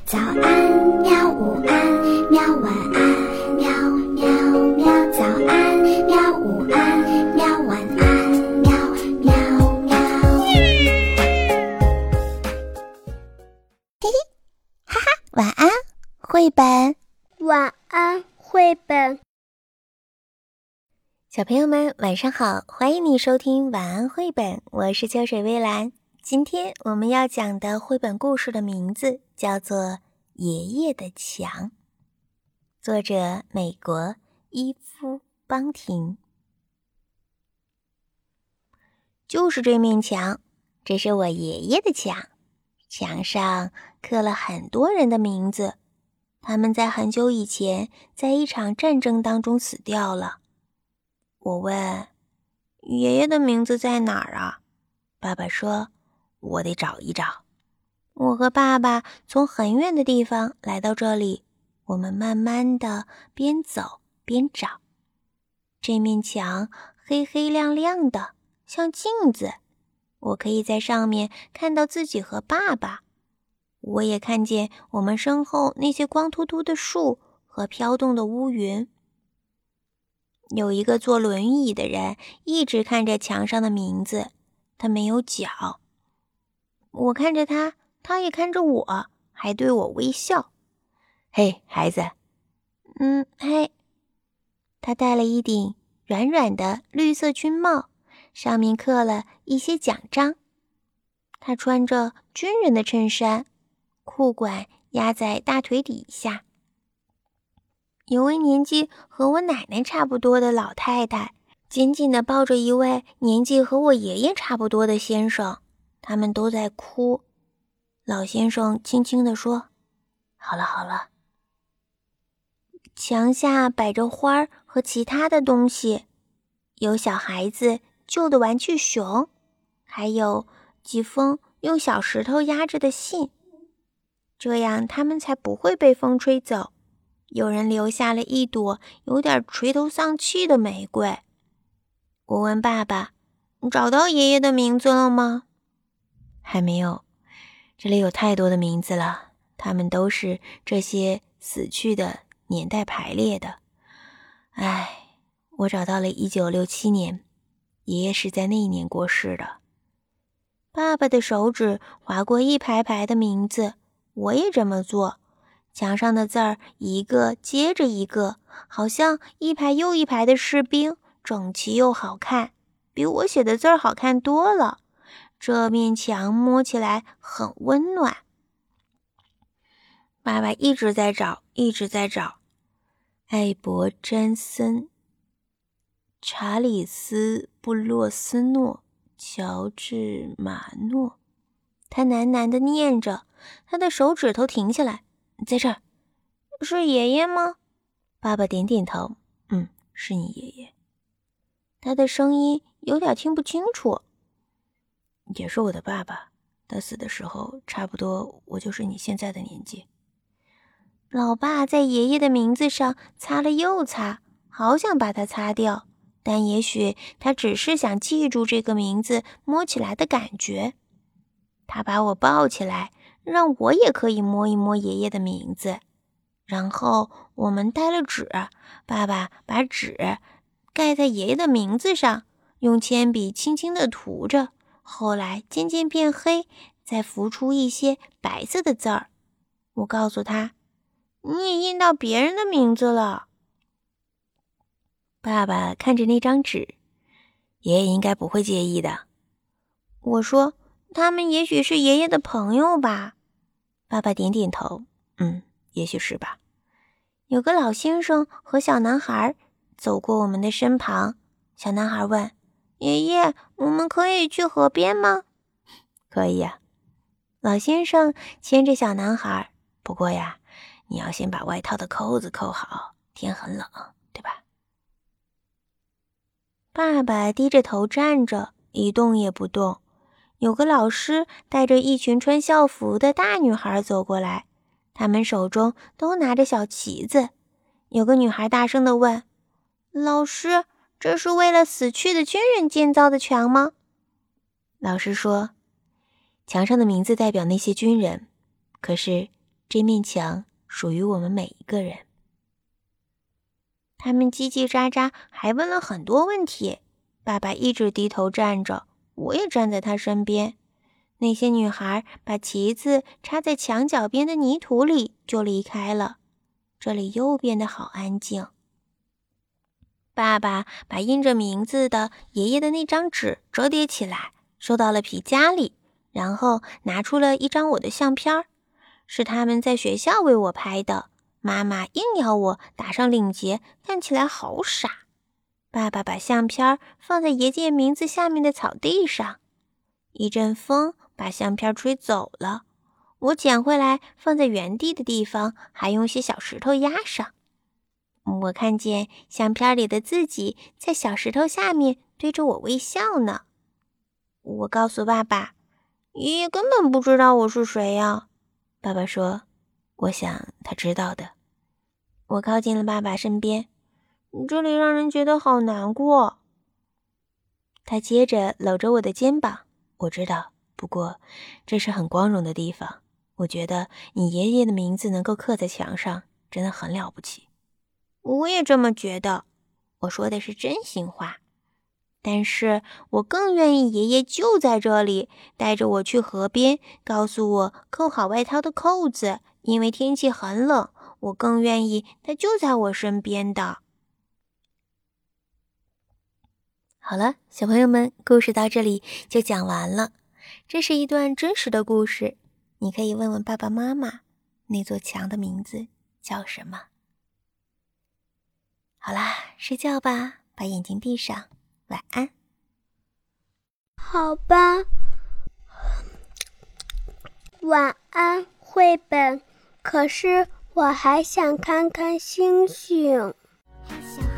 早安喵，午安喵，晚安喵喵喵，早安喵，午安喵，晚安喵喵喵。 嘿嘿，哈哈，晚安绘本。 晚安绘本。 小朋友们晚上好，欢迎你收听晚安绘本，我是秋水微澜。今天我们要讲的绘本故事的名字叫做《爷爷的墙》，作者美国伊夫邦廷。就是这面墙，这是我爷爷的墙，墙上刻了很多人的名字，他们在很久以前在一场战争当中死掉了。我问，爷爷的名字在哪儿啊？爸爸说，我得找一找。我和爸爸从很远的地方来到这里，我们慢慢的边走边找。这面墙黑黑亮亮的，像镜子，我可以在上面看到自己和爸爸。我也看见我们身后那些光秃秃的树和飘动的乌云。有一个坐轮椅的人一直看着墙上的名字，他没有脚。我看着他，他也看着我，还对我微笑。嘿，孩子。嘿。他戴了一顶软软的绿色军帽，上面刻了一些奖章。他穿着军人的衬衫，裤管压在大腿底下。有位年纪和我奶奶差不多的老太太，紧紧地抱着一位年纪和我爷爷差不多的先生，他们都在哭。老先生轻轻地说，好了好了。墙下摆着花和其他的东西，有小孩子旧的玩具熊，还有几封用小石头压着的信，这样他们才不会被风吹走。有人留下了一朵有点垂头丧气的玫瑰。我问爸爸，找到爷爷的名字了吗？还没有，这里有太多的名字了，他们都是这些死去的年代排列的。我找到了1967年，爷爷是在那一年过世的。爸爸的手指划过一排排的名字，我也这么做。墙上的字儿一个接着一个，好像一排又一排的士兵，整齐又好看，比我写的字儿好看多了。这面墙摸起来很温暖。爸爸一直在找，一直在找。艾伯詹森、查理斯布洛斯诺、乔治马诺，他喃喃地念着，他的手指头停下来。在这儿。是爷爷吗？爸爸点点头。是你爷爷。他的声音有点听不清楚。也是我的爸爸，他死的时候差不多我就是你现在的年纪。老爸在爷爷的名字上擦了又擦，好想把它擦掉，但也许他只是想记住这个名字摸起来的感觉。他把我抱起来，让我也可以摸一摸爷爷的名字。然后我们带了纸，爸爸把纸盖在爷爷的名字上，用铅笔轻轻地涂着，后来渐渐变黑，再浮出一些白色的字儿。我告诉他，你也印到别人的名字了。爸爸看着那张纸，爷爷应该不会介意的。我说，他们也许是爷爷的朋友吧。爸爸点点头，也许是吧。有个老先生和小男孩走过我们的身旁，小男孩问，爷爷，我们可以去河边吗？可以呀。老先生牵着小男孩，不过呀，你要先把外套的扣子扣好，天很冷，对吧？爸爸低着头站着，一动也不动。有个老师带着一群穿校服的大女孩走过来，他们手中都拿着小旗子。有个女孩大声地问，老师，这是为了死去的军人建造的墙吗？老师说，墙上的名字代表那些军人，可是这面墙属于我们每一个人。他们叽叽喳喳，还问了很多问题。爸爸一直低头站着，我也站在他身边。那些女孩把旗子插在墙角边的泥土里，就离开了。这里又变得好安静。爸爸把印着名字的爷爷的那张纸折叠起来，收到了皮夹里，然后拿出了一张我的相片，是他们在学校为我拍的。妈妈硬要我打上领结，看起来好傻。爸爸把相片放在爷爷名字下面的草地上，一阵风把相片吹走了。我捡回来放在原地的地方，还用些小石头压上。我看见相片里的自己在小石头下面对着我微笑呢。我告诉爸爸，爷爷根本不知道我是谁呀。爸爸说，我想他知道的。我靠近了爸爸身边，这里让人觉得好难过。他接着搂着我的肩膀，我知道，不过这是很光荣的地方。我觉得你爷爷的名字能够刻在墙上，真的很了不起。我也这么觉得，我说的是真心话。但是我更愿意爷爷就在这里，带着我去河边，告诉我扣好外套的扣子，因为天气很冷。我更愿意他就在我身边的。好了，小朋友们，故事到这里就讲完了。这是一段真实的故事，你可以问问爸爸妈妈，那座墙的名字叫什么？好啦，睡觉吧，把眼睛闭上，晚安。 好吧，晚安，绘本。可是我还想看看星星。 小